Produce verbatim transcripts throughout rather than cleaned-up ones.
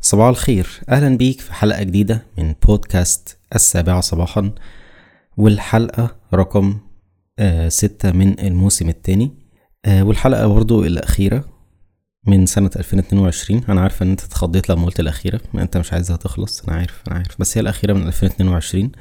صباح الخير، أهلا بيك في حلقة جديدة من بودكاست السابعة صباحا، والحلقة رقم آه ستة من الموسم الثاني، آه والحلقة برضو الأخيرة من سنة ألفين واثنين وعشرين. أنا عارف أن أنت تخضيت لما قلت الأخيرة، ما أنت مش عايزها تخلص، أنا عارف أنا عارف بس هي الأخيرة من ألفين واثنين وعشرين.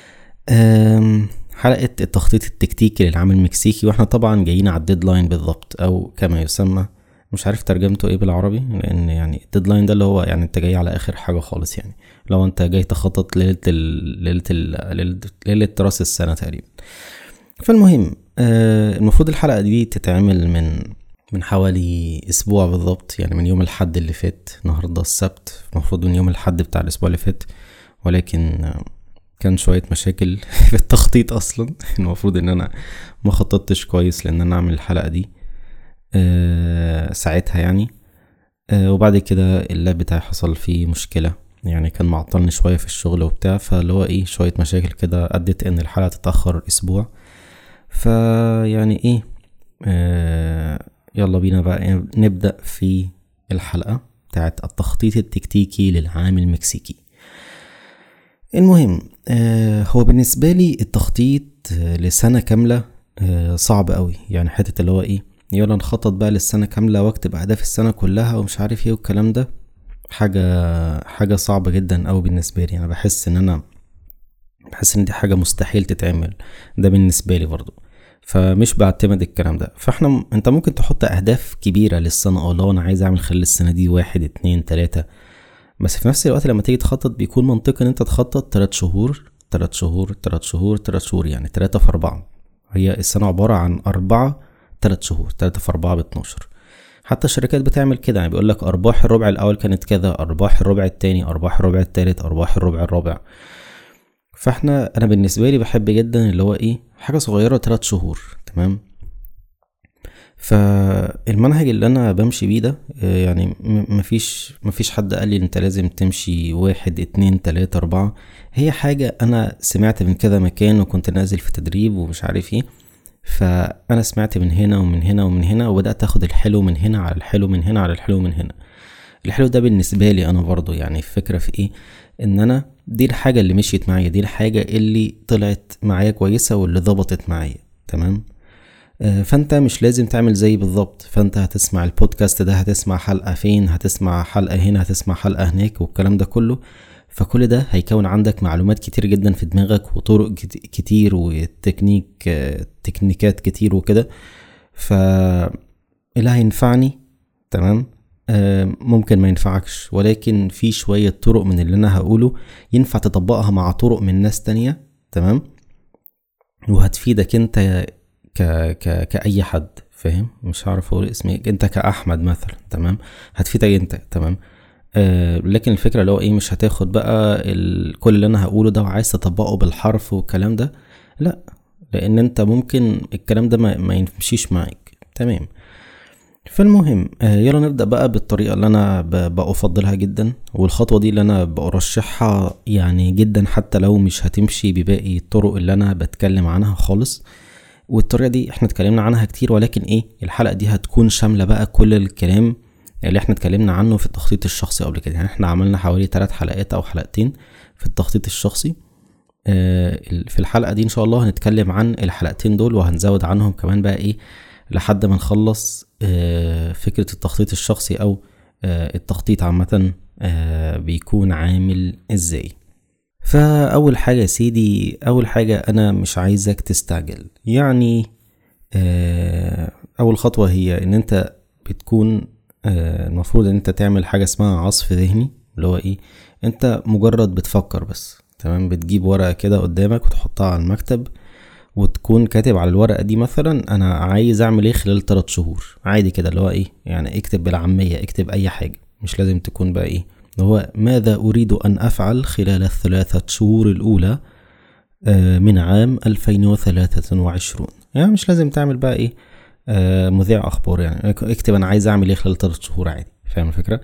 حلقة التخطيط التكتيكي للعام المكسيكي، واحنا طبعا جايين على الديدلاين بالضبط، أو كما يسمى، مش عارف ترجمته ايه بالعربي، لان يعني الديدلاين ده اللي هو يعني انت جاي على اخر حاجه خالص، يعني لو انت جاي تخطط ليله ال... ليله ال... ليله راس السنه تقريبا. فالمهم آه المفروض الحلقه دي تتعمل من من حوالي اسبوع بالضبط، يعني من يوم الحد اللي فات. النهارده السبت، المفروض من يوم الحد بتاع الاسبوع اللي فات، ولكن آه كان شويه مشاكل في التخطيط اصلا. المفروض ان انا ما خططتش كويس لان انا اعمل الحلقه دي أه ساعتها يعني. أه وبعد كده اللاب بتاعي حصل فيه مشكلة، يعني كان معطلني شوية في الشغل وبتاع، فاللي هو ايه شوية مشاكل كده ادت ان الحلقة تتأخر اسبوع. فيعني ايه أه يلا بينا بقى نبدأ في الحلقة بتاعت التخطيط التكتيكي للعام المكسيكي. المهم أه هو بالنسبة لي التخطيط لسنة كاملة أه صعب قوي، يعني حتة اللي هو ايه يلا نخطط بقى للسنة كاملة واكتب اهداف السنة كلها ومش عارف ايه والكلام ده، حاجة حاجة صعبة جدا اوي بالنسبة لي. انا بحس ان انا بحس ان دي حاجة مستحيل تتعمل، ده بالنسبة لي برضو، فمش بعتمد الكلام ده. فاحنا م... انت ممكن تحط اهداف كبيرة للسنة، اه لو انا عايز اعمل خلال السنة دي واحد اتنين تلاتة، بس في نفس الوقت لما تيجي تخطط بيكون منطقي ان انت تخطط تلات شهور تلات شهور تلات شهور تلات شهور، يعني تلاتة في اربعة. هي السنة عبارة عن اربعة تلات شهور، تلاتة في اربعة باتناشر. حتى الشركات بتعمل كده، يعني بيقولك ارباح الربع الاول كانت كذا، ارباح الربع التاني، ارباح الربع التالت، ارباح الربع الرابع. فاحنا انا بالنسبة لي بحب جدا اللي هو ايه حاجة صغيرة تلات شهور، تمام. فالمنهج اللي انا بمشي بيه ده يعني مفيش مفيش حد قال لي انت لازم تمشي واحد اتنين تلاتة اربعة. هي حاجة انا سمعت من كذا مكان، وكنت نازل في تدريب ومش عارف ايه، فانا سمعت من هنا ومن هنا ومن هنا، وبدأت اخد الحلو من هنا على الحلو من هنا على الحلو من هنا. الحلو ده بالنسبة لي انا برضو، يعني الفكرة في ايه ان انا دي الحاجة اللي مشيت معايا، دي الحاجة اللي طلعت معايا كويسة واللي ضبطت معايا، تمام. آه فانت مش لازم تعمل زي بالضبط، فانت هتسمع البودكاست ده، هتسمع حلقة فين، هتسمع حلقة هنا، هتسمع حلقة هناك، والكلام ده كله. فكل ده هيكون عندك معلومات كتير جدا في دماغك، وطرق كتير، وتكنيك تكنيكات كتير وكده. فاللي هينفعني تمام آه ممكن ما ينفعكش، ولكن في شوية طرق من اللي انا هقوله ينفع تطبقها مع طرق من ناس تانية، تمام، وهتفيدك انت ك... ك... كأي حد، فاهم؟ مش هعرف اقول اسمي، انت كأحمد مثلا، تمام، هتفيدك انت، تمام. آه لكن الفكرة اللي هو ايه مش هتاخد بقى ال... كل اللي انا هقوله ده وعايز تطبقه بالحرف والكلام ده، لا، لان انت ممكن الكلام ده ما, ما يمشيش معك، تمام. فالمهم آه يلا نبدأ بقى بالطريقة اللي انا ب... بأفضلها جدا، والخطوة دي اللي انا برشحها يعني جدا، حتى لو مش هتمشي بباقي الطرق اللي انا بتكلم عنها خالص. والطريقة دي احنا اتكلمنا عنها كتير، ولكن ايه الحلقة دي هتكون شاملة بقى كل الكلام اللي احنا اتكلمنا عنه في التخطيط الشخصي قبل كده. يعني احنا عملنا حوالي ثلاث حلقات او حلقتين في التخطيط الشخصي. اه في الحلقة دي ان شاء الله هنتكلم عن الحلقتين دول، وهنزود عنهم كمان بقى ايه لحد ما نخلص اه فكرة التخطيط الشخصي، او اه التخطيط عامة اه بيكون عامل ازاي. فاول حاجة يا سيدي، اول حاجة انا مش عايزك تستعجل. يعني اه اول خطوة هي ان انت بتكون اه المفروض ان انت تعمل حاجة اسمها عصف ذهني، اللي هو ايه انت مجرد بتفكر بس، تمام. بتجيب ورقة كده قدامك وتحطها على المكتب، وتكون كاتب على الورقة دي مثلا انا عايز اعمل ايه خلال ثلاث شهور، عادي كده اللي هو ايه يعني اكتب بالعامية، اكتب اي حاجة، مش لازم تكون بقى ايه هو ماذا أريد أن أفعل خلال الثلاثة شهور الأولى من عام ألفين وثلاثة وعشرين. يعني مش لازم تعمل بقى إيه مذيع أخبار، يعني اكتب أنا عايز أعمل إيه خلال ثلاثة شهور، عادي، فاهم الفكرة؟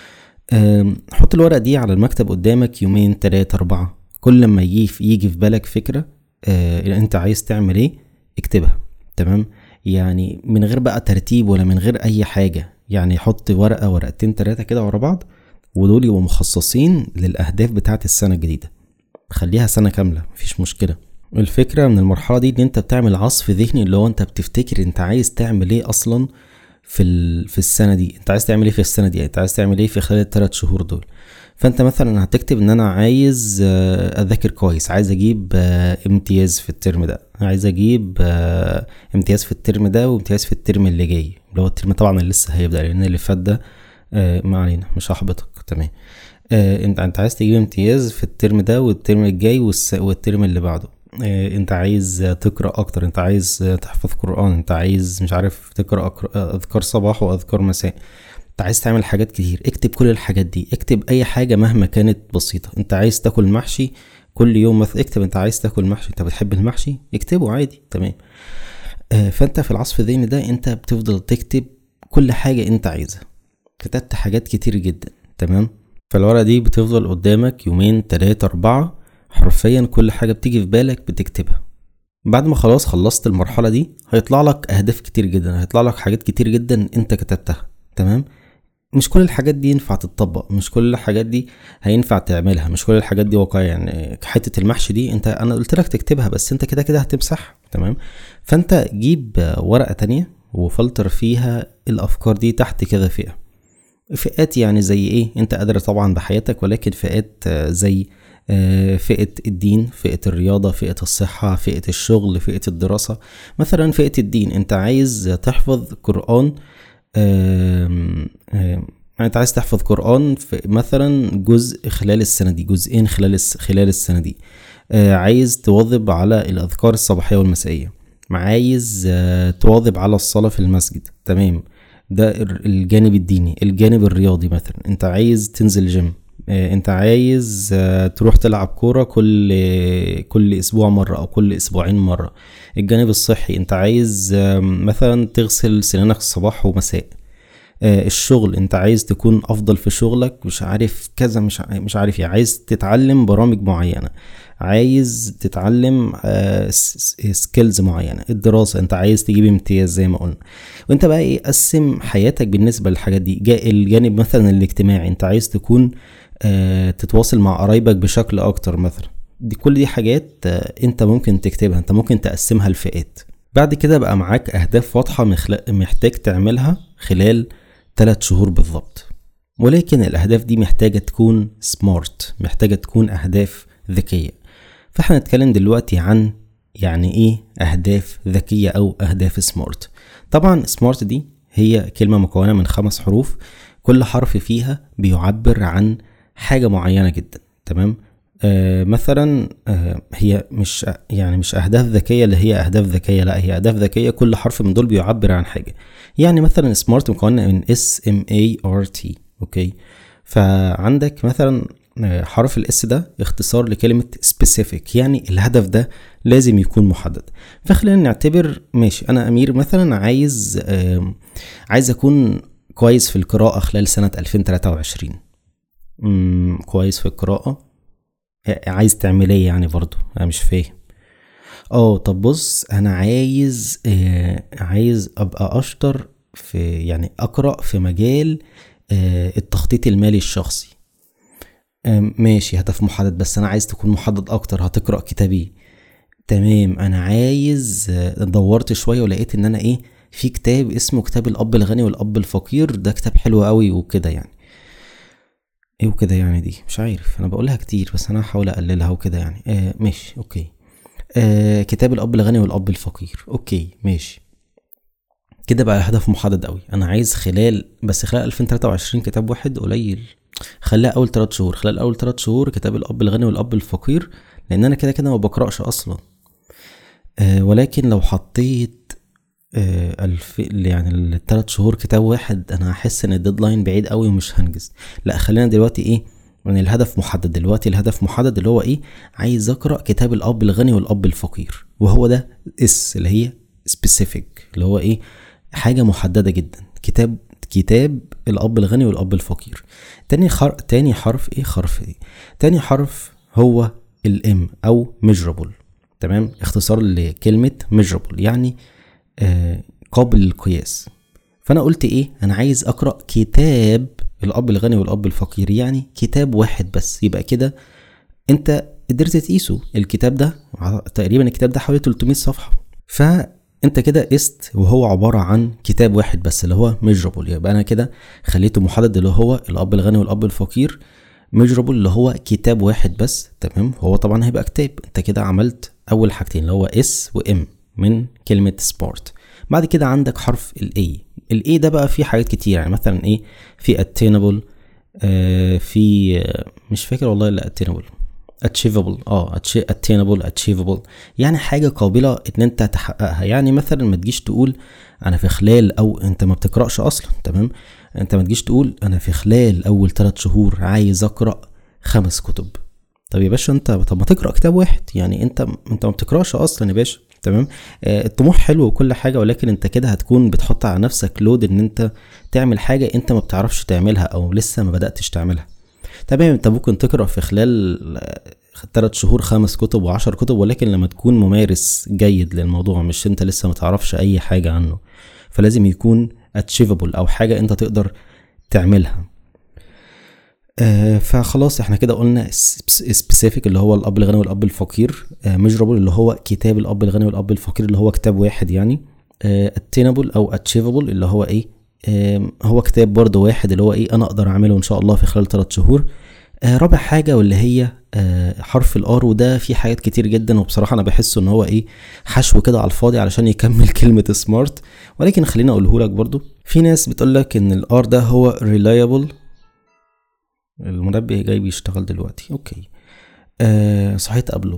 حط الورقة دي على المكتب قدامك يومين تلاتة أربعة، كل لما يجي في, يجي في بالك فكرة أنت عايز تعمل إيه اكتبها، تمام. يعني من غير بقى ترتيب ولا من غير أي حاجة، يعني حط ورقة ورقتين تلاتة كده ورا بعض، ودول يبقوا مخصصين للاهداف بتاعه السنه الجديده. خليها سنه كامله مفيش مشكله. الفكره من المرحله دي ان انت بتعمل عصف ذهني، اللي هو انت بتفتكر انت عايز تعمل ايه اصلا في ال... في السنه دي. انت عايز تعمل ايه في السنه دي، انت عايز تعمل ايه في خلال الثلاث شهور دول. فانت مثلا هتكتب ان انا عايز اذاكر كويس، عايز اجيب امتياز في الترم ده، عايز اجيب امتياز في الترم ده وامتياز في الترم اللي جاي، اللي هو الترم طبعا اللي لسه هيبدا، لان اللي فات ده ما علينا مش هحبطك. تمام. انت انت عايز تجيب امتياز في الترم ده والترم الجاي والترم اللي بعده. انت عايز تقرا اكتر، انت عايز تحفظ قران، انت عايز مش عارف تقرا اذكار صباح واذكار مساء، انت عايز تعمل حاجات كتير. اكتب كل الحاجات دي، اكتب اي حاجة مهما كانت بسيطة. انت عايز تاكل محشي كل يوم مثلا، اكتب انت عايز تاكل محشي، انت بتحب المحشي اكتبه عادي. تمام. آه فانت في العصف الذهني ده انت بتفضل تكتب كل حاجة انت عايزها. كتبت حاجات كتير جدا. تمام. فالورقة دي بتفضل قدامك يومين تلاتة اربعة، حرفيا كل حاجة بتيجي في بالك بتكتبها. بعد ما خلاص خلصت المرحلة دي هيطلع لك اهداف كتير جدا، هيطلع لك حاجات كتير جدا انت كتبتها. تمام. مش كل الحاجات دي ينفع تتطبق، مش كل الحاجات دي هينفع تعملها، مش كل الحاجات دي واقعية. يعني حتة المحشي دي انت انا قلت لك تكتبها، بس انت كده كده هتمسح. تمام. فانت جيب ورقة تانية وفلتر فيها الافكار دي تحت كده فئة فئات. يعني زي ايه؟ انت قادر طبعا بحياتك، ولكن فئات زي فئة الدين، فئة الرياضة، فئة الصحة، فئة الشغل، فئة الدراسة. مثلا فئة الدين انت عايز تحفظ قرآن، آم آم انت عايز تحفظ قرآن في مثلا جزء خلال السنة دي، جزئين خلال خلال السنة دي. آه عايز تواظب على الأذكار الصباحية والمسائية، عايز آه تواظب على الصلاة في المسجد. تمام. ده الجانب الديني. الجانب الرياضي مثلا انت عايز تنزل جيم، آه انت عايز آه تروح تلعب كورة كل آه كل اسبوع مرة او كل اسبوعين مرة. الجانب الصحي انت عايز آه مثلا تغسل سنانك الصباح ومساء. آه الشغل انت عايز تكون افضل في شغلك، مش عارف كذا، مش مش عارف ايه، عايز تتعلم برامج معينة، عايز تتعلم آه سكيلز معينة. الدراسة انت عايز تجيب امتياز زي ما قلنا. وانت بقى ايه، قسم حياتك بالنسبة للحاجات دي. جاء الجانب مثلا الاجتماعي، انت عايز تكون آه تتواصل مع قرايبك بشكل اكتر مثلا. دي كل دي حاجات آه انت ممكن تكتبها، انت ممكن تقسمها لفئات. بعد كده بقى معاك اهداف واضحة محتاج تعملها خلال ثلاث شهور بالضبط. ولكن الاهداف دي محتاجة تكون سمارت، محتاجة تكون اهداف ذكية. فاحنا نتكلم دلوقتي عن يعني ايه اهداف ذكية او اهداف سمارت. طبعا سمارت دي هي كلمة مكونة من خمس حروف، كل حرف فيها بيعبر عن حاجة معينة جدا. تمام. آه مثلا آه هي مش يعني مش اهداف ذكية اللي هي اهداف ذكية، لا هي اهداف ذكية كل حرف من دول بيعبر عن حاجة. يعني مثلا سمارت مكونة من اس ام اي ار تي. اوكي. فعندك مثلا حرف الاس ده اختصار لكلمة specific، يعني الهدف ده لازم يكون محدد. فخلينا نعتبر ماشي انا امير مثلا عايز آه عايز اكون كويس في القراءة خلال سنة ألفين وتلاتة وعشرين. امم كويس في القراءة، عايز تعمل ايه يعني؟ برضو انا مش فاهم. اه طب بص، انا عايز آه عايز ابقى اشطر في يعني اقرأ في مجال آه التخطيط المالي الشخصي. آه ماشي، هدف محدد، بس انا عايز تكون محدد اكتر. هتقرأ كتابي. تمام. انا عايز آه دورت شوية ولقيت ان انا ايه، في كتاب اسمه كتاب الاب الغني والاب الفقير، ده كتاب حلو قوي وكده يعني. ايه وكده يعني؟ دي مش عارف، انا بقولها كتير بس انا هحاول اقللها وكده يعني. آه ماشي اوكي. آه كتاب الاب الغني والاب الفقير. اوكي ماشي كده بقى هدف محدد قوي. انا عايز خلال بس خلال ألفين وتلاتة وعشرين كتاب واحد قليل، خليها اول ثلاث شهور. خلال اول ثلاث شهور كتاب الاب الغني والاب الفقير، لان انا كده كده ما بقراش اصلا. آه ولكن لو حطيت آه الف يعني الثلاث شهور كتاب واحد، انا هحس ان الديدلاين بعيد قوي ومش هنجز. لا خلينا دلوقتي ايه، من الهدف محدد دلوقتي. الهدف محدد اللي هو ايه، عايز اقرا كتاب الاب الغني والاب الفقير، وهو ده اس اللي هي specific، اللي هو ايه، حاجه محدده جدا. كتاب كتاب الاب الغني والاب الفقير. تاني خر... تاني حرف ايه، حرف ايه تاني حرف هو الام او measurable. تمام. اختصار لكلمه measurable يعني آه قابل للقياس. فانا قلت ايه، انا عايز اقرا كتاب الاب الغني والاب الفقير، يعني كتاب واحد بس. يبقى كده انت قدرت تقيسه. الكتاب ده تقريبا الكتاب ده حوالي ثلاثمية صفحة، فانت كده قست وهو عبارة عن كتاب واحد بس اللي هو measurable. يبقى انا كده خليته محدد اللي هو الاب الغني والاب الفقير، measurable اللي هو كتاب واحد بس. تمام، هو طبعا هيبقى كتاب. انت كده عملت اول حاجتين اللي هو اس وام من كلمة سبورت. بعد كده عندك حرف الاي. الاي ده بقى فيه حاجات كتير، يعني مثلا ايه، في attainable، آه في آه مش فاكر والله لا attainable achievable اه attainable achievable يعني حاجة قابلة ان انت تحققها. يعني مثلا ما تجيش تقول انا في خلال، او انت ما بتقرأش اصلا، تمام، انت ما تجيش تقول انا في خلال اول ثلاث شهور عايز اقرأ خمس كتب. طب يا باشا انت طب ما تقرأ كتاب واحد، يعني انت انت ما بتقرأش اصلا يا باشا. تمام، آه الطموح حلو وكل حاجة، ولكن انت كده هتكون بتحط على نفسك لود ان انت تعمل حاجة انت ما بتعرفش تعملها او لسه ما بدأتش تعملها. تمام، انت ممكن تقرأ في خلال ثلاث شهور خمس كتب وعشر كتب، ولكن لما تكون ممارس جيد للموضوع، مش انت لسه ما تعرفش اي حاجة عنه، فلازم يكون achievable او حاجة انت تقدر تعملها. آه فخلاص احنا كده قلنا specific اللي هو الاب الغني والاب الفقير، آه measurable اللي هو كتاب الاب الغني والاب الفقير اللي هو كتاب واحد يعني، آه attainable او achievable اللي هو ايه، آه هو كتاب برضو واحد اللي هو ايه انا اقدر اعمله ان شاء الله في خلال ثلاث شهور. آه رابع حاجة واللي هي آه حرف الار، وده في حاجات كتير جدا، وبصراحة انا بحسه ان هو ايه حشو كده على الفاضي علشان يكمل كلمة سمارت، ولكن خلينا اقوله لك برضو. في ناس بتقولك ان الار ده هو reliable. المنبه جاي بيشتغل دلوقتي، اوكي، آه صحيت قبله.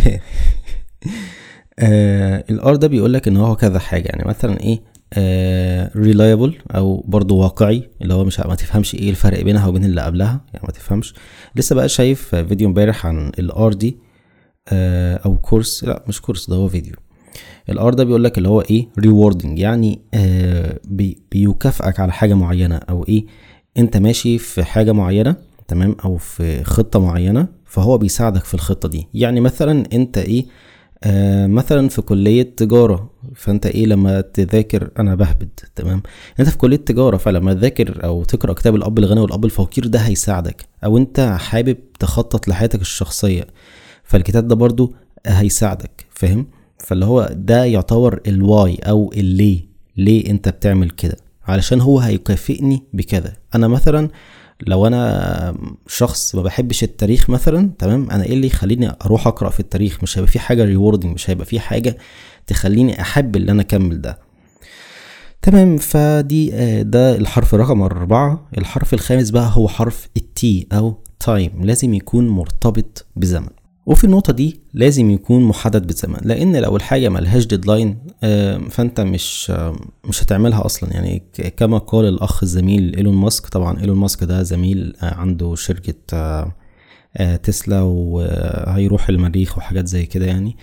آه الار ده بيقولك ان هو كذا حاجة، يعني مثلا ايه، آه reliable او برضو واقعي، اللي هو مش ما تفهمش ايه الفرق بينها وبين اللي قبلها، يعني ما تفهمش. لسه بقى شايف فيديو امبارح عن الار دي، آه او كورس، لا مش كورس، ده هو فيديو. الار ده بيقولك اللي هو ايه rewarding، يعني آه بي بيكافئك على حاجة معينة، او ايه انت ماشي في حاجة معينة، تمام، او في خطة معينة، فهو بيساعدك في الخطة دي. يعني مثلا انت ايه، آه مثلا في كلية تجارة، فانت ايه لما تذاكر، انا بهبد، تمام، انت في كلية تجارة، فلما تذاكر او تقرأ كتاب الاب الغني والاب الفقير ده هيساعدك. او انت حابب تخطط لحياتك الشخصية، فالكتاب ده برضو هيساعدك، فاهم؟ فاللي هو ده يعتبر الواي او اللي ليه انت بتعمل كده، علشان هو هيكافئني بكذا. انا مثلا لو انا شخص ما بحبش التاريخ مثلا، تمام، انا ايه اللي يخليني اروح اقرا في التاريخ؟ مش هيبقى في حاجه ريوردنج، مش هيبقى في حاجه تخليني احب اللي انا اكمل ده. تمام، فدي ده الحرف رقم أربعة. الحرف الخامس بقى هو حرف التي او تايم، لازم يكون مرتبط بزمن. وفي النقطة دي لازم يكون محدد بالزمن، لان لو الحاجة ملهاش ديدلاين فانت مش مش هتعملها اصلا. يعني كما قال الاخ الزميل ايلون ماسك، طبعا ايلون ماسك ده زميل عنده شركة تسلا وهيروح المريخ وحاجات زي كده، يعني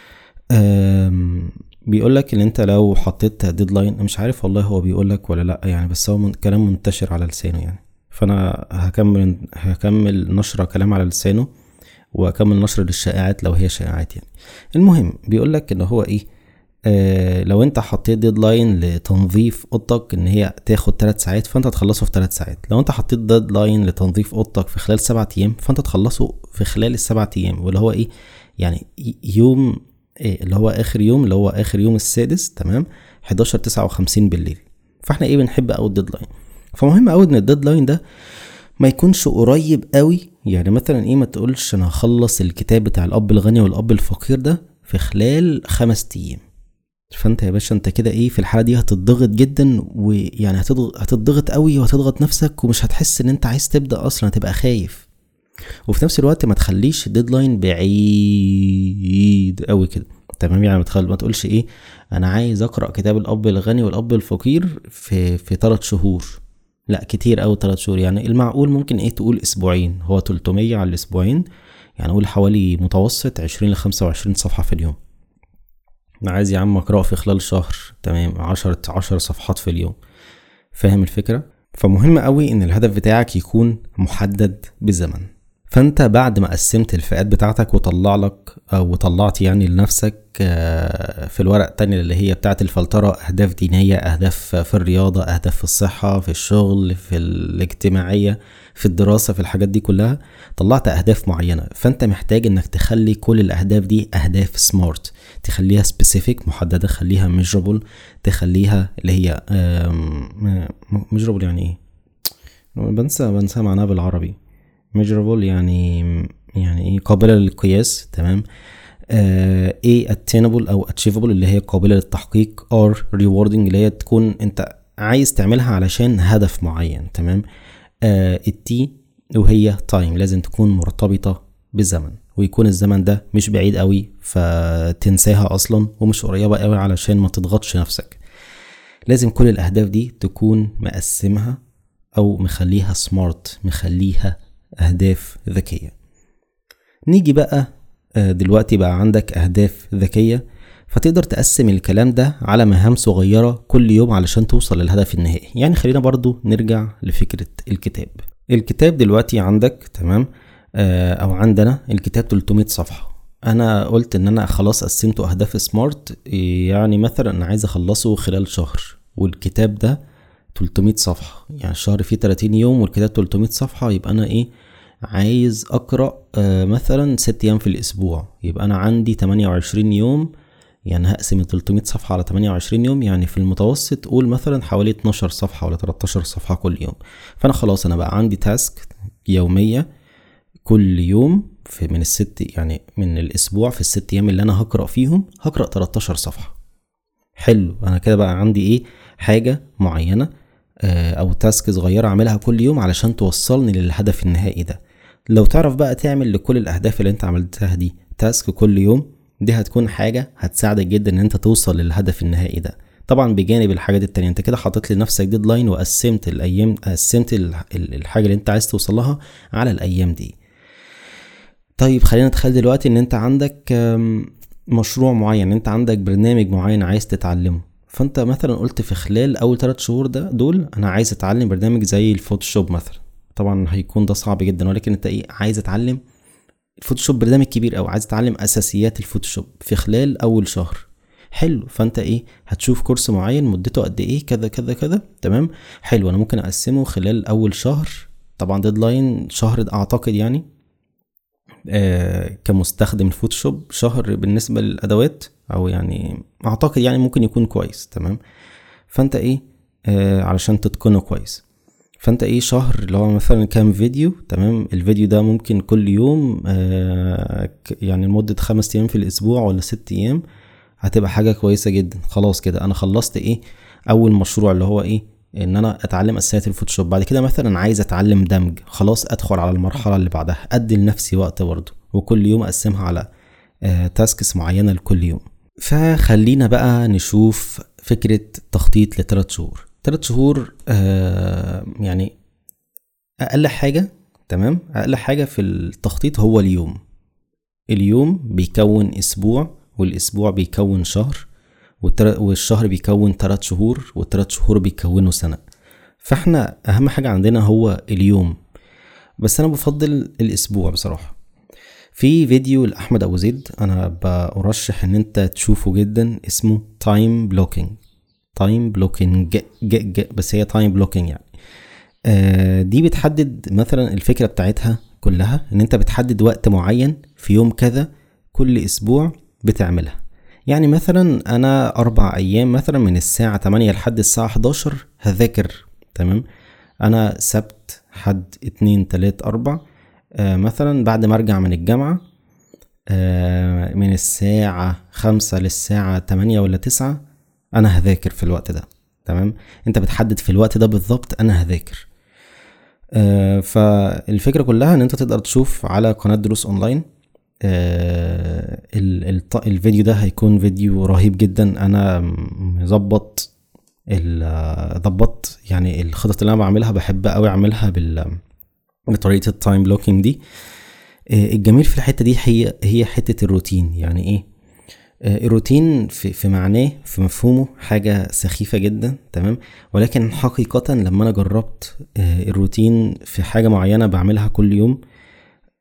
بيقولك ان انت لو حطيت ديدلاين، مش عارف والله هو بيقولك ولا لا يعني، بس هو كلام منتشر على لسانه يعني، فانا هكمل هكمل نشر كلام على لسانه واكمل نشر للشائعات لو هي شائعات يعني. المهم بيقولك ان هو ايه، آه لو انت حطيت ديدلاين لتنظيف اوضتك ان هي تاخد ثلاث ساعات، فانت تخلصه في ثلاث ساعات. لو انت حطيت ديدلاين لتنظيف اوضتك في خلال سبعة ايام، فانت تخلصه في خلال السبعة ايام، واللي هو ايه يعني يوم إيه اللي هو اخر يوم اللي هو اخر يوم السادس، تمام، حداشر تسعة وخمسين بالليل. فاحنا ايه بنحب قوي الديدلاين، فمهم قوي ان الديدلاين ده ما يكونش قريب قوي. يعني مثلا ايه، ما تقولش انا هخلص الكتاب بتاع الاب الغني والاب الفقير ده في خلال خمس ايام، فانت يا باشا انت كده ايه في الحالة دي هتضغط جدا، ويعني هتضغط هتضغط قوي وهتضغط نفسك، ومش هتحس ان انت عايز تبدأ اصلا، هتبقى خايف. وفي نفس الوقت ما تخليش الديدلاين بعيد قوي كده، تمام، يعني ما ما تقولش ايه انا عايز اقرأ كتاب الاب الغني والاب الفقير في في ثلاث شهور، لا كتير قوي ثلاث شهور. يعني المعقول ممكن ايه تقول اسبوعين، هو تلتمية على الاسبوعين، يعني قول حوالي متوسط عشرين لخمسة وعشرين صفحة في اليوم. انا عايز يا عم اقرأ في خلال شهر، تمام، عشرة عشر صفحات في اليوم، فاهم الفكرة؟ فمهم قوي ان الهدف بتاعك يكون محدد بزمن. فانت بعد ما قسمت الفئات بتاعتك وطلع لك او طلعت يعني لنفسك في الورق التانية اللي هي بتاعت الفلترة اهداف دينية، اهداف في الرياضة، اهداف في الصحة، في الشغل، في الاجتماعية، في الدراسة، في الحاجات دي كلها طلعت اهداف معينة. فانت محتاج انك تخلي كل الاهداف دي اهداف سمارت، تخليها سبيسيفيك محددة، خليها ميجرابل، تخليها اللي هي ميجرابل يعني ايه، بنسى بنسى معناها بالعربي. measurable يعني يعني ايه، قابلة للقياس. تمام. آه ايه attainable او achievable اللي هي قابلة للتحقيق. or rewarding اللي هي تكون انت عايز تعملها علشان هدف معين. تمام. آه التي وهي time لازم تكون مرتبطة بزمن، ويكون الزمن ده مش بعيد قوي فتنساها اصلا، ومش قريبة قوي علشان ما تضغطش نفسك. لازم كل الاهداف دي تكون مقسمها او مخليها سمارت، مخليها اهداف ذكية. نيجي بقى دلوقتي بقى عندك اهداف ذكية، فتقدر تقسم الكلام ده على مهام صغيرة كل يوم علشان توصل للهدف النهائي. يعني خلينا برضو نرجع لفكرة الكتاب. الكتاب دلوقتي عندك تمام، او عندنا الكتاب ثلاثمية صفحة. انا قلت ان انا خلاص قسمته اهداف سمارت، يعني مثلا انا عايز اخلصه خلال شهر، والكتاب ده ثلاثمية صفحة، يعني الشهر فيه ثلاثين يوم والكتاب ثلاثمية صفحة. يبقى انا ايه، عايز اقرأ آه مثلا ست ايام في الاسبوع، يبقى انا عندي تمانية وعشرين يوم. يعني هقسم ثلاثمية صفحة على تمانية وعشرين يوم، يعني في المتوسط قول مثلا حوالي اتناشر صفحة ولا تلتاشر صفحة كل يوم. فانا خلاص انا بقى عندي تاسك يومية كل يوم في من الست، يعني من الاسبوع في الست ايام اللي انا هقرأ فيهم هقرأ تلتاشر صفحة. حلو، انا كده بقى عندي ايه، حاجة معينة او تاسك صغيرة اعملها كل يوم علشان توصلني للهدف النهائي ده. لو تعرف بقى تعمل لكل الاهداف اللي انت عملتها دي تاسك كل يوم، دي هتكون حاجة هتساعدك جدا ان انت توصل للهدف النهائي ده. طبعا بجانب الحاجات التانية، انت كده حطيت لنفسك ديدلاين وقسمت الايام، قسمت الحاجة اللي انت عايز توصلها على الايام دي. طيب خلينا نتخيل دلوقتي ان انت عندك مشروع معين، انت عندك برنامج معين عايز تتعلمه. فانت مثلا قلت في خلال اول ثلاث شهور ده دول انا عايز اتعلم برنامج زي الفوتوشوب مثلا. طبعا هيكون ده صعب جدا، ولكن انت ايه، عايز اتعلم الفوتوشوب، برنامج كبير او عايز اتعلم اساسيات الفوتوشوب في خلال اول شهر. حلو، فانت ايه، هتشوف كورس معين مدته قد ايه، كذا كذا كذا. تمام. حلو، انا ممكن اقسمه خلال اول شهر، طبعا ديدلاين شهر اعتقد، يعني آه كمستخدم الفوتوشوب شهر بالنسبة للادوات، او يعني اعتقد يعني ممكن يكون كويس. تمام. فانت ايه، آه علشان تتقنه كويس، فانت ايه شهر اللي هو مثلا كام فيديو. تمام. الفيديو ده ممكن كل يوم آه يعني لمدة خمس ايام في الاسبوع ولا ست ايام، هتبقى حاجة كويسة جدا. خلاص كده انا خلصت ايه، اول مشروع اللي هو ايه، ان انا اتعلم اساسيات الفوتوشوب. بعد كده مثلا عايز اتعلم دمج، خلاص ادخل على المرحلة اللي بعدها، ادي لنفسي وقت برضو، وكل يوم اقسمها على آه تاسكس معينة لكل يوم. فخلينا بقى نشوف فكرة تخطيط لثلاث شهور. ثلاث شهور آه يعني اقل حاجة. تمام. اقل حاجة في التخطيط هو اليوم. اليوم بيكون اسبوع، والاسبوع بيكون شهر، والشهر بيكون ثلاث شهور، والثلاث شهور بيكونوا سنة. فاحنا اهم حاجة عندنا هو اليوم، بس انا بفضل الاسبوع بصراحة. في فيديو لأحمد أبو زيد أنا برشح إن أنت تشوفه جدا، اسمه تايم بلوكينج. تايم بلوكينج بس هي تايم بلوكينج يعني. آه دي بتحدد مثلا الفكرة بتاعتها كلها إن أنت بتحدد وقت معين في يوم كذا كل أسبوع بتعملها. يعني مثلا أنا أربع أيام مثلا من الساعة تمانية لحد الساعة حداشر هذاكر. تمام. أنا سبت حد اتنين تلات أربع آه مثلا بعد ما ارجع من الجامعة آه من الساعة خمسة للساعة تمانية ولا تسعة انا هذاكر في الوقت ده. تمام. انت بتحدد في الوقت ده بالضبط انا هذاكر. آه فالفكرة كلها ان انت تقدر تشوف على قناة دروس اونلاين. آه الفيديو ده هيكون فيديو رهيب جدا. انا مظبط ضبط يعني الخطط اللي انا بعملها، بحب قوي اعملها بال بطريقة التايم بلوكينج دي. الجميل في الحتة دي هي هي حتة الروتين. يعني ايه الروتين؟ في, في معناه في مفهومه حاجة سخيفة جدا. تمام. ولكن حقيقة لما انا جربت الروتين في حاجة معينة بعملها كل يوم،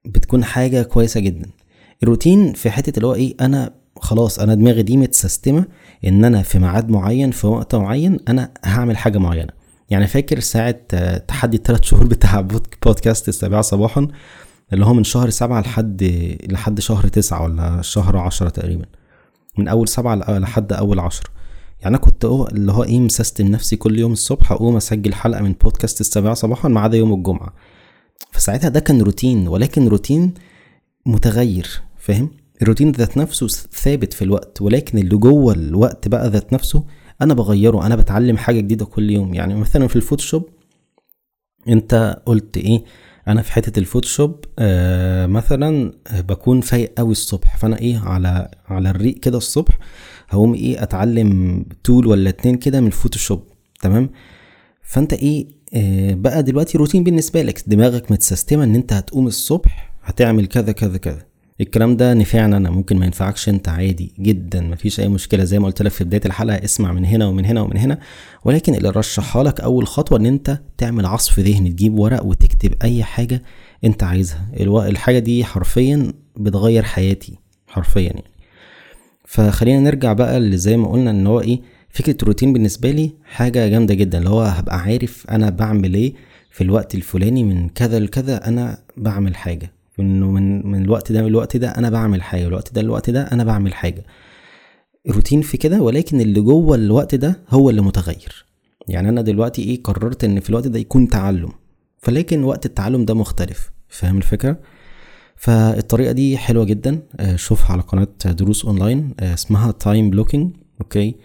بتكون حاجة كويسة جدا. الروتين في حتة اللي هو ايه، انا خلاص انا دماغي دي متسيستمة ان انا في ميعاد معين في وقت معين انا هعمل حاجة معينة. يعني فاكر ساعة تحدي الثلاث شهور بتاع بودكاست السابعة صباحا، اللي هو من شهر سبعة لحد لحد شهر تسعة ولا شهر عشرة تقريبا، من اول سبعة لحد اول عشرة. يعني انا كنت اللي هو ايه مسيستم نفسي كل يوم الصبح اقوم اسجل حلقة من بودكاست السابعة صباحا ما عدا يوم الجمعة. فساعتها ده كان روتين، ولكن روتين متغير، فاهم؟ الروتين ذات نفسه ثابت في الوقت، ولكن اللي جوه الوقت بقى ذات نفسه انا بغيره، انا بتعلم حاجة جديدة كل يوم. يعني مثلا في الفوتوشوب انت قلت ايه، انا في حتة الفوتوشوب آه مثلا بكون فايق قوي الصبح، فانا ايه على على الريق كده الصبح هقوم ايه اتعلم تول ولا اتنين كده من الفوتوشوب، تمام؟ فانت ايه آه بقى دلوقتي روتين بالنسبة لك، دماغك متسيستمة ان انت هتقوم الصبح هتعمل كذا كذا كذا. الكلام ده نفعنا انا، ممكن ما ينفعكش انت، عادي جدا مفيش اي مشكله. زي ما قلت لك في بدايه الحلقه، اسمع من هنا ومن هنا ومن هنا، ولكن اللي رشحها لك اول خطوه ان انت تعمل عصف ذهني، تجيب ورق وتكتب اي حاجه انت عايزها. الحاجه دي حرفيا بتغير حياتي حرفيا يعني. فخلينا نرجع بقى اللي زي ما قلنا ان هو ايه، فكره الروتين بالنسبه لي حاجه جامده جدا، اللي هو هبقى عارف انا بعمل ايه في الوقت الفلاني، من كذا لكذا انا بعمل حاجه، انه من من الوقت ده الوقت ده انا بعمل حاجه، الوقت ده الوقت ده انا بعمل حاجه. الروتين في كده، ولكن اللي جوه الوقت ده هو اللي متغير. يعني انا دلوقتي ايه قررت ان في الوقت ده يكون تعلم، فلكن وقت التعلم ده مختلف، فاهم الفكره؟ فالطريقه دي حلوه جدا، شوفها على قناه دروس اونلاين اسمها تايم بلوكينج، اوكي.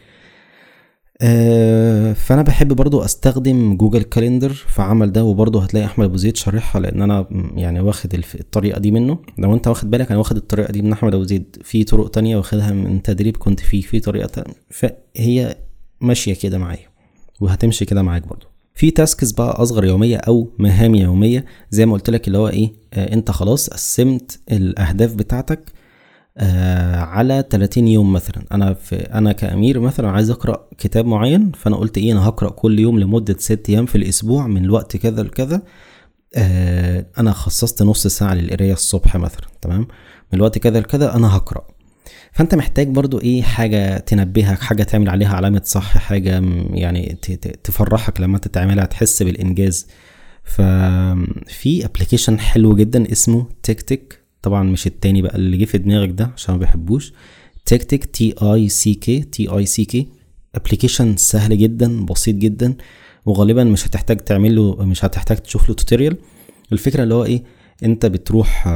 أه فانا بحب برضو استخدم جوجل كالندر في عمل ده، وبرضو هتلاقي احمد ابو زيد شرحها لان انا يعني واخد الطريقه دي منه. لو انت واخد بالك انا واخد الطريقه دي من احمد ابو زيد، في طرق تانية واخدها من تدريب كنت فيه في طريقه تانية، فهي ماشيه كده معايا وهتمشي كده معاك برضو. في تاسكس بقى اصغر يوميه او مهام يوميه زي ما قلت لك، اللي هو ايه آه انت خلاص قسمت الاهداف بتاعتك آه على تلاتين يوم. مثلا انا في انا كامير مثلا عايز اقرا كتاب معين، فانا قلت ايه انا هقرا كل يوم لمده ست ايام في الاسبوع من الوقت كذا لكذا. آه انا خصصت نص ساعه للقرايه الصبح مثلا، تمام؟ من الوقت كذا لكذا انا هقرا. فانت محتاج برضو ايه حاجه تنبهك، حاجه تعمل عليها علامه صح، حاجه يعني تفرحك لما انت تعملها تحس بالانجاز. ففي ابلكيشن حلو جدا اسمه تيك تيك، طبعا مش التاني بقى اللي جه في دماغك ده عشان ما بحبوش. تيك تيك تي اي سي كي تي اي سي كي ابلكيشن سهل جدا بسيط جدا، وغالبا مش هتحتاج تعمل له مش هتحتاج تشوف له توتوريال. الفكره اللي هو ايه، انت بتروح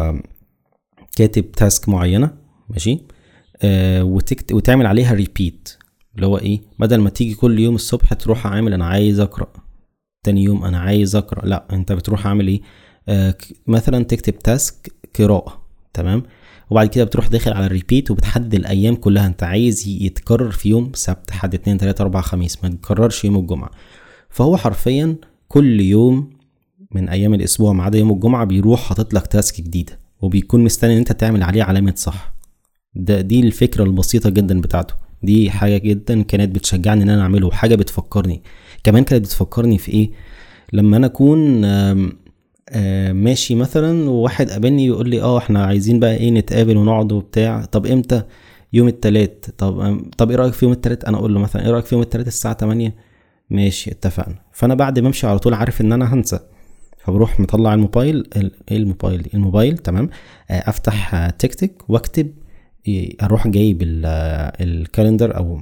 كاتب تاسك معينه، ماشي، آه وتكت... وتعمل عليها ريبيت، اللي هو ايه بدل ما تيجي كل يوم الصبح تروح عامل انا عايز اقرا، تاني يوم انا عايز اقرا، لا انت بتروح عامل ايه آه مثلا تكتب تاسك قراءه، تمام؟ وبعد كده بتروح داخل على الريبيت وبتحدد الايام كلها، انت عايز يتكرر في يوم سبت حد اتنين تلاتة اربعة خميس، ما يتكررش يوم الجمعه. فهو حرفيا كل يوم من ايام الاسبوع ما عدا يوم الجمعه بيروح حاطط لك تاسك جديده، وبيكون مستني ان انت تعمل عليه علامه صح. ده دي الفكره البسيطه جدا بتاعته، دي حاجه جدا كانت بتشجعني ان انا اعمله، وحاجه بتفكرني كمان كانت بتفكرني في ايه لما انا اكون آم آم ماشي مثلا وواحد قابلني يقول لي اه احنا عايزين بقى ايه نتقابل ونقعد وبتاع، طب امتى؟ يوم التلات. طب طب ايه رايك في يوم التلات؟ انا اقول له مثلا ايه رايك في يوم التلات الساعه تمانية؟ ماشي اتفقنا. فانا بعد ما امشي على طول عارف ان انا هنسى، فبروح مطلع الموبايل ايه الموبايل الموبايل تمام، افتح تيك تيك واكتب، اروح جايب الكالندر او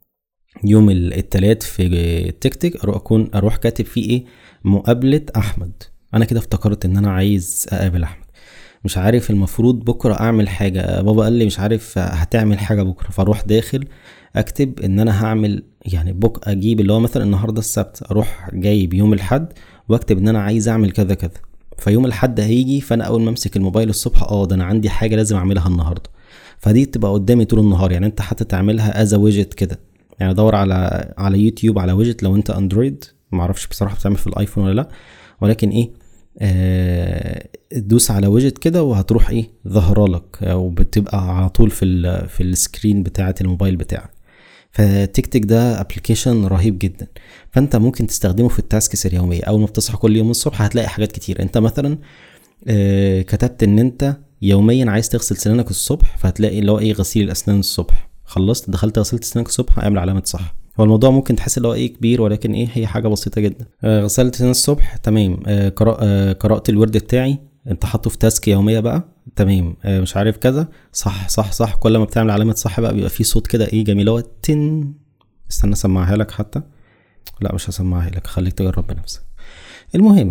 يوم الثلاث في التيك تيك، اروح اكون اروح كاتب فيه ايه مقابله احمد. انا كده افتكرت ان انا عايز اقابل احمد. مش عارف المفروض بكره اعمل حاجه، بابا قال لي مش عارف هتعمل حاجه بكره، فاروح داخل اكتب ان انا هعمل يعني بك اجيب اللي هو مثلا النهارده السبت، اروح جايب يوم الاحد واكتب ان انا عايز اعمل كذا كذا. فيوم الاحد هيجي، فانا اول ما امسك الموبايل الصبح اه ده انا عندي حاجه لازم اعملها النهارده، فدي تبقى قدامي طول النهار. يعني انت حتى تعملها از ويجت كده، يعني دور على على يوتيوب على ويجت لو انت اندرويد، ما اعرفش بصراحه بتعمل في الايفون ولا لا، ولكن ايه آه دوس على ويجت كده وهتروح ايه ظهر لك، او بتبقى على طول في ال في السكرين بتاعه الموبايل بتاعك. فتيك تيك ده ابلكيشن رهيب جدا، فانت ممكن تستخدمه في التاسكس اليوميه. اول ما بتصحى كل يوم الصبح هتلاقي حاجات كتير. انت مثلا آه كتبت ان انت يوميا عايز تغسل سنانك الصبح، فهتلاقي اللي هو ايه غسيل الاسنان الصبح، خلصت دخلت غسلت سنانك الصبح اعمل علامه صح. هو الموضوع ممكن تحس اللي هو ايه كبير، ولكن ايه هي حاجه بسيطه جدا. آه غسلت سنان الصبح تمام. آه قرأ آه قرات الورد بتاعي، انت حاطه في تاسك يوميه بقى تمام. آه مش عارف كذا صح صح صح. كل ما بتعمل علامه صح بقى بيبقى فيه صوت كده ايه جميل هو تن. استنى اسمعها لك حتى. لا مش هسمعها لك، خليك تجرب بنفسك. المهم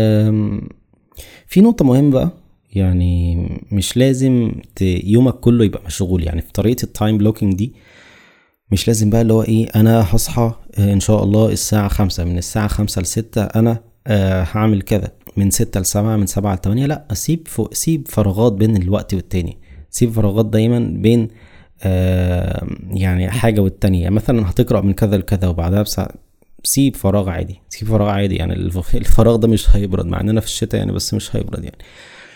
في نقطه مهمه بقى، يعني مش لازم يومك كله يبقى مشغول. يعني في طريقه التايم بلوكينج دي مش لازم بقى اللي هو ايه انا هصحى ان شاء الله الساعه خمسة، من الساعه خمسة لستة انا أه هعمل كذا، من ستة لسبعة، من سبعة لتمانية. لا، سيب فوق سيب فراغات بين الوقت والتاني، سيب فراغات دايما بين آه يعني حاجه والتانية. مثلا هتقرا من كذا لكذا وبعدها بساعة، سيب فراغ عادي، سيب فراغ عادي. يعني الفراغ ده مش هيبرد، مع اننا في الشتاء يعني، بس مش هيبرد يعني.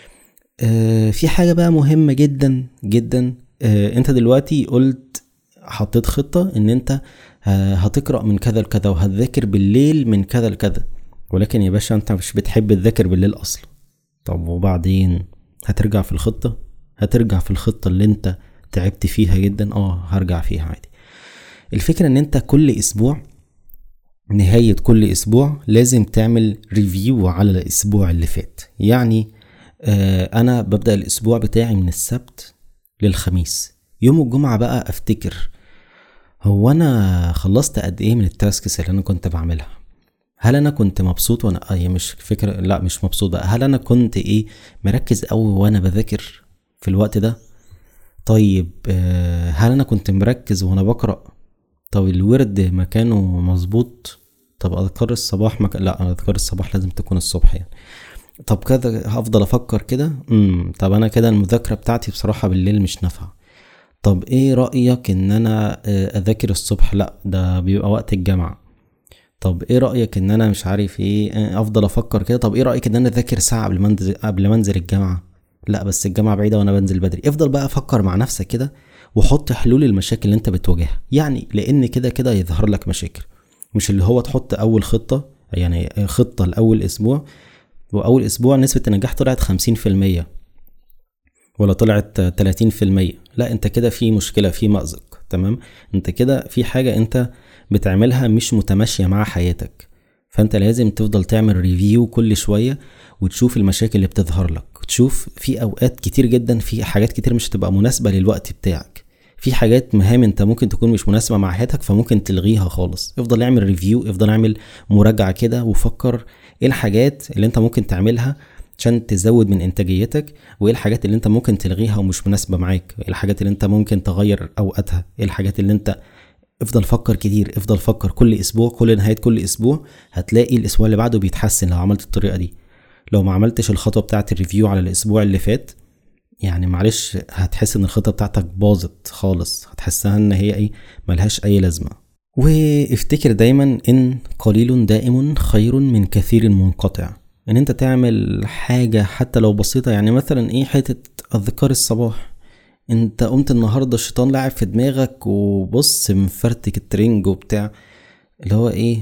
آه في حاجه بقى مهمه جدا جدا. آه انت دلوقتي قلت حطيت خطه ان انت آه هتقرا من كذا لكذا وهتذاكر بالليل من كذا لكذا، ولكن يا باشا انت مش بتحب تذاكر بالليل اصلا. طب وبعدين هترجع في الخطه؟ هترجع في الخطه اللي انت تعبت فيها جدا؟ اه هرجع فيها عادي. الفكره ان انت كل اسبوع، نهاية كل اسبوع لازم تعمل ريفيو على الاسبوع اللي فات. يعني آه انا ببدأ الاسبوع بتاعي من السبت للخميس، يوم الجمعة بقى افتكر هو انا خلصت قد ايه من التاسكس اللي انا كنت بعملها. هل انا كنت مبسوط وانا اي مش فكرة لا مش مبسوط بقى، هل انا كنت ايه مركز قوي وانا بذاكر في الوقت ده؟ طيب آه هل انا كنت مركز وانا بقرأ؟ طب الورد مكانه مظبوط؟ طب اذكار الصباح مك... لا اذكار الصباح لازم تكون الصبح يعني. طب كذا هفضل افكر كده. امم طب انا كده المذاكره بتاعتي بصراحه بالليل مش نافعه. طب ايه رايك ان انا اذاكر الصبح؟ لا ده بيبقى وقت الجامعه. طب ايه رايك ان انا مش عارف ايه افضل افكر كده. طب ايه رايك ان انا اذاكر ساعه قبل ما انزل قبل ما انزل الجامعه؟ لا بس الجامعه بعيده وانا بنزل بدري. افضل بقى افكر مع نفسك كده وحط حلول المشاكل اللي انت بتواجهها. يعني لان كده كده يظهر لك مشاكل، مش اللي هو تحط اول خطة يعني خطة لاول اسبوع واول اسبوع نسبة النجاح طلعت خمسين في المية ولا طلعت تلاتين في المية. لا انت كده في مشكلة، في مأزق. تمام، انت كده في حاجة انت بتعملها مش متماشية مع حياتك. فانت لازم تفضل تعمل ريفيو كل شوية وتشوف المشاكل اللي بتظهر لك. تشوف في اوقات كتير جدا في حاجات كتير مش هتبقى مناسبة للوقت بتاعك، في حاجات مهام انت ممكن تكون مش مناسبة مع حياتك فممكن تلغيها خالص. افضل اعمل ريفيو، افضل اعمل مراجعة كده وفكر ايه الحاجات اللي انت ممكن تعملها عشان تزود من انتاجيتك، وايه الحاجات اللي انت ممكن تلغيها ومش مناسبة معاك، ايه الحاجات اللي انت ممكن تغير اوقاتها، ايه الحاجات اللي انت افضل فكر كتير. افضل فكر كل اسبوع، كل نهاية كل اسبوع هتلاقي الاسبوع اللي بعده بيتحسن لو عملت الطريقة دي. لو ما عملتش الخطوة بتاعة الريفيو على الاسبوع اللي فات يعني معلش هتحس ان الخطة بتاعتك باظت خالص، هتحسها ان هي ايه ملهاش اي لازمة. وافتكر دايما ان قليل دائم خير من كثير منقطع. ان انت تعمل حاجة حتى لو بسيطة، يعني مثلا ايه حتة اذكار الصباح. انت قمت النهاردة الشيطان لعب في دماغك وبص مفرتك الترنج وبتاع اللي هو ايه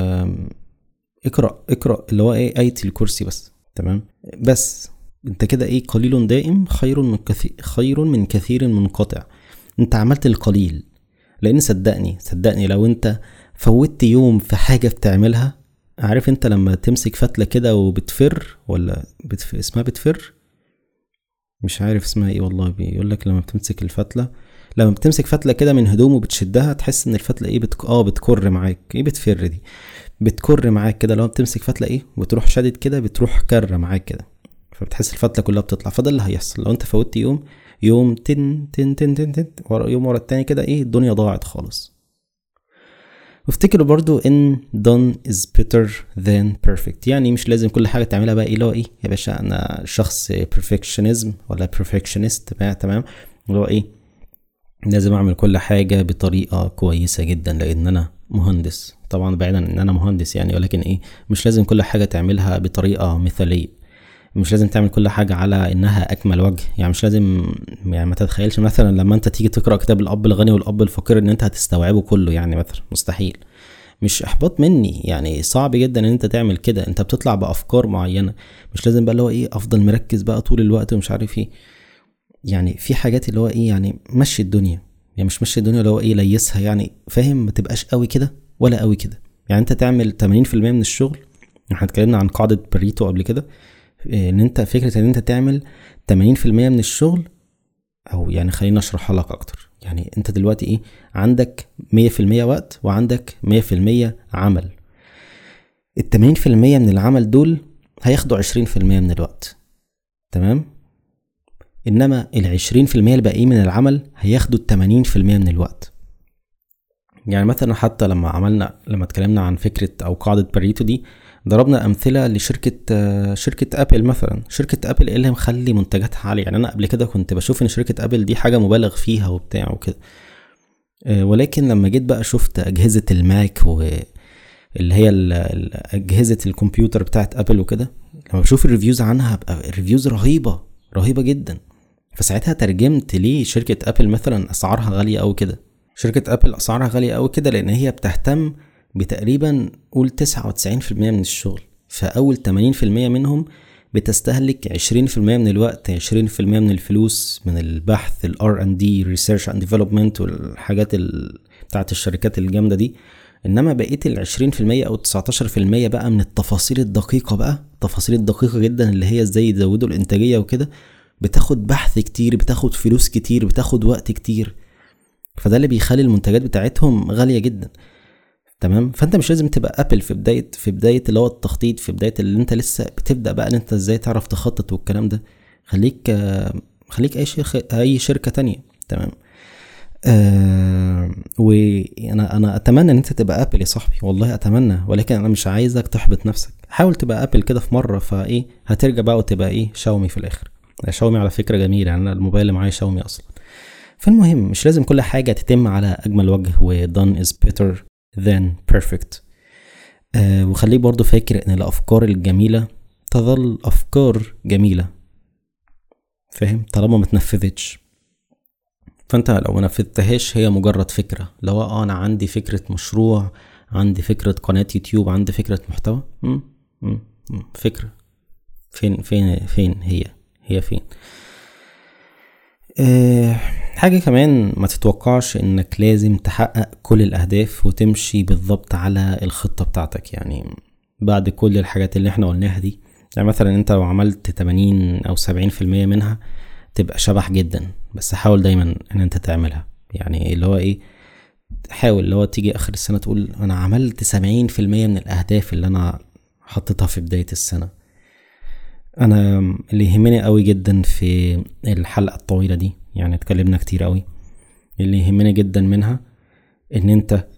اقرأ اقرأ اللي هو ايه آية الكرسي بس. تمام، بس انت كده ايه قليل دائم خير من كثير خير من كثير منقطع. انت عملت القليل، لان صدقني صدقني لو انت فوتت يوم في حاجة بتعملها، عارف انت لما تمسك فتلة كده وبتفر ولا بتف... اسمها بتفر مش عارف اسمها ايه والله. بيقولك لما بتمسك الفتلة لما بتمسك فتلة كده من هدوم وبتشدها تحس ان الفتلة ايه بتك... اه بتكر معاك. ايه بتفر دي؟ بتكر معاك كده. لو بتمسك فتلة ايه وتروح شادد كده بتروح كرة معاك كده، فبتحس الفتلة كلها بتطلع. فده اللي هيحصل لو انت فوتت يوم يوم تن تن تن تن, تن ورا يوم ورا التاني كده ايه الدنيا ضاعت خالص. وافتكروا برضو ان done is better than perfect. يعني مش لازم كل حاجة تعملها بقى ايه لو ايه يا باشا انا شخص perfectionism ولا perfectionist. تمام، اللي هو ايه لازم اعمل كل حاجة بطريقة كويسة جدا لان انا مهندس. طبعا بعيدا ان انا مهندس يعني، ولكن ايه مش لازم كل حاجة تعملها بطريقة مثالية. مش لازم تعمل كل حاجة على انها اكمل وجه. يعني مش لازم يعني ما تتخيلش مثلا لما انت تيجي تقرأ كتاب الاب الغني والاب الفقير ان انت هتستوعبه كله يعني مثلا، مستحيل. مش احباط مني، يعني صعب جدا ان انت تعمل كده. انت بتطلع بافكار معينة، مش لازم بقى اللي هو ايه افضل مركز بقى طول الوقت ومش عارف ايه. يعني في حاجات اللي هو ايه يعني مشي الدنيا، يعني مش مشي الدنيا اللي هو ايه ليسها، يعني فاهم، ما تبقاش قوي كده ولا قوي كده. يعني انت تعمل تمانين في المية من الشغل. احنا اتكلمنا عن قاعدة بريتو قبل كده، ان انت فكرة ان انت تعمل تمانين في المية من الشغل، او يعني خلينا اشرحها لك اكتر. يعني انت دلوقتي ايه، عندك مية في المية وقت وعندك مية في المية عمل. التمانين في المية من العمل دول هياخدوا عشرين في المية من الوقت، تمام؟ انما العشرين في المية الباقيين من العمل هياخدوا التمانين في المية من الوقت. يعني مثلا حتى لما عملنا لما اتكلمنا عن فكرة او قاعدة بريتو دي، ضربنا امثله لشركه شركه ابل مثلا. شركه ابل ايه اللي مخلي منتجاتها عاليه؟ يعني انا قبل كده كنت بشوف ان شركه ابل دي حاجه مبالغ فيها وبتاع وكده، ولكن لما جيت بقى شفت اجهزه الماك واللي هي اجهزه الكمبيوتر بتاعت ابل وكده، لما بشوف الريفيوز عنها بقى الريفيوز رهيبه رهيبه جدا. فساعتها ترجمت ليه شركه ابل مثلا اسعارها غاليه قوي كده. شركه ابل اسعارها غاليه قوي كده لان هي بتهتم بتقريبا قول تسعة وتسعين في المية من الشغل، فأول تمانين في المية منهم بتستهلك عشرين في المية من الوقت، عشرين في المية من الفلوس من البحث ال آر أند دي Research and Development والحاجات بتاعت الشركات الجامدة دي. إنما بقية العشرين في المية أو تسعتاشر في المية بقى من التفاصيل الدقيقة، بقى التفاصيل الدقيقة جدا اللي هي ازاي يزودوا الإنتاجية وكده، بتاخد بحث كتير، بتاخد فلوس كتير، بتاخد وقت كتير. فده اللي بيخلي المنتجات بتاعتهم غالية جدا، تمام؟ فانت مش لازم تبقى ابل في بدايه في بدايه اللي هو التخطيط، في بدايه اللي انت لسه بتبدا بقى ان انت ازاي تعرف تخطط والكلام ده. خليك خليك اي شركه اي شركه تانية، تمام؟ آه وانا انا اتمنى ان انت تبقى ابل يا صاحبي، والله اتمنى، ولكن انا مش عايزك تحبط نفسك. حاول تبقى ابل كده في مره، فايه هترجع بقى وتبقى ايه شاومي في الاخر. شاومي على فكره جميله، يعني انا الموبايل اللي معايا شاومي اصلا. فالمهم مش لازم كل حاجه تتم على اجمل وجه و done is better than perfect. آه وخليك برضو فاكر ان الافكار الجميلة تظل افكار جميلة، فاهم؟ طالما ما تنفذتش. فانت لو ما نفذتهاش هي مجرد فكرة. لو اه انا عندي فكرة مشروع، عندي فكرة قناة يوتيوب، عندي فكرة محتوى، م- م- م- فكرة فين فين فين هي هي فين. أه حاجة كمان، ما تتوقعش انك لازم تحقق كل الاهداف وتمشي بالضبط على الخطة بتاعتك. يعني بعد كل الحاجات اللي احنا قلناها دي، يعني مثلا انت لو عملت تمانين او سبعين في المية منها تبقى شبح جدا، بس حاول دايما ان انت تعملها. يعني اللي هو ايه، حاول اللي هو تيجي اخر السنة تقول انا عملت سبعين في المية من الاهداف اللي انا حطيتها في بداية السنة. انا اللي يهمني قوي جدا في الحلقة الطويلة دي، يعني اتكلمنا كتير قوي، اللي يهمني جدا منها ان انت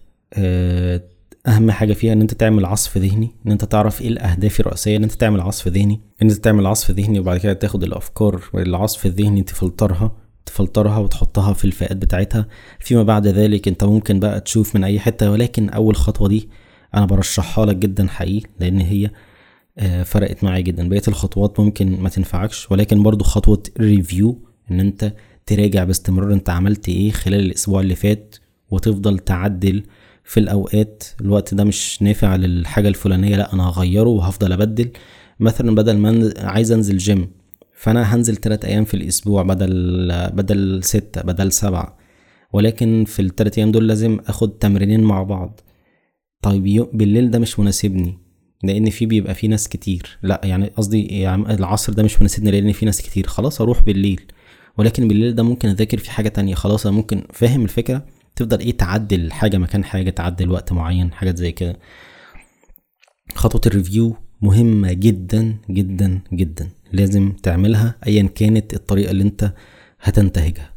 اهم حاجة فيها ان انت تعمل عصف ذهني، ان انت تعرف ايه الاهداف الرئيسية، ان انت تعمل عصف ذهني ان انت تعمل عصف ذهني وبعد كده تاخد الافكار والعصف الذهني تفلترها تفلترها وتحطها في الفئات بتاعتها. فيما بعد ذلك انت ممكن بقى تشوف من اي حتة، ولكن اول خطوة دي انا برشحها لك جدا حقيقي، لان هي فرقت معايا جدا. بقية الخطوات ممكن ما تنفعكش، ولكن برضو خطوة ريفيو، ان انت تراجع باستمرار انت عملت ايه خلال الاسبوع اللي فات، وتفضل تعدل في الاوقات. الوقت ده مش نافع للحاجة الفلانية، لا انا هغيره وهفضل ابدل. مثلا بدل ما عايز انزل جيم، فانا هنزل ثلاث ايام في الاسبوع بدل بدل ستة بدل سبعة، ولكن في الثلاث ايام دول لازم اخد تمرينين مع بعض. طيب بالليل ده مش مناسبني لان في بيبقى في ناس كتير، لا يعني قصدي يعني العصر ده مش مناسبني لان في ناس كتير، خلاص اروح بالليل. ولكن بالليل ده ممكن اذاكر في حاجة تانية، خلاص انا ممكن، فاهم الفكرة؟ تفضل ايه تعدل حاجة مكان حاجة، تعدل وقت معين، حاجات زي كده. خطوة الريفيو مهمة جدا جدا جدا، لازم تعملها ايا كانت الطريقة اللي انت هتنتهجها.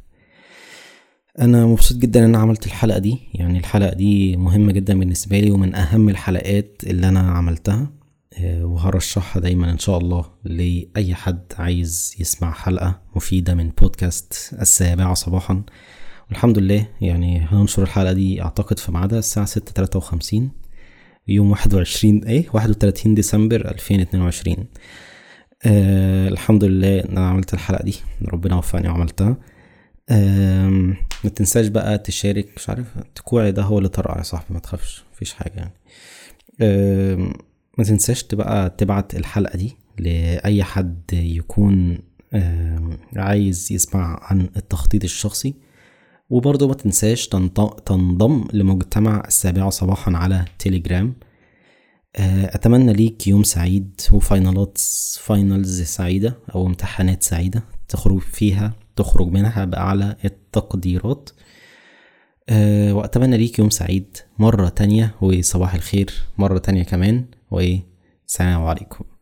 انا مبسوط جدا ان انا عملت الحلقة دي، يعني الحلقة دي مهمة جدا بالنسبة لي ومن اهم الحلقات اللي انا عملتها، وهرشحها دايما ان شاء الله لاي حد عايز يسمع حلقة مفيدة من بودكاست السابعة صباحا. والحمد لله يعني هننشر الحلقة دي اعتقد في ميعادها الساعة ستة تلاتة وخمسين يوم واحد وعشرين ايه واحد وتلاتين ديسمبر الفين اتنين وعشرين. أه الحمد لله ان انا عملت الحلقة دي، ربنا وفقني وعملتها. آم، ما تنساش بقى تشارك، مش عارف تكوعي ده هو اللي طرقع يا صاحبي، ما تخافش مفيش حاجة يعني. آم، ما تنساش تبقى تبعت الحلقة دي لأي حد يكون آم، عايز يسمع عن التخطيط الشخصي. وبرضه ما تنساش تنط- تنضم لمجتمع السابعة صباحا على تيليجرام. آه، أتمنى ليك يوم سعيد وفاينالات فاينلز سعيدة أو امتحانات سعيدة تخرج فيها تخرج منها بأعلى التقديرات. أه وأتمنى ليك يوم سعيد مرة تانية، وصباح الخير مرة تانية كمان، وإيه، السلام عليكم.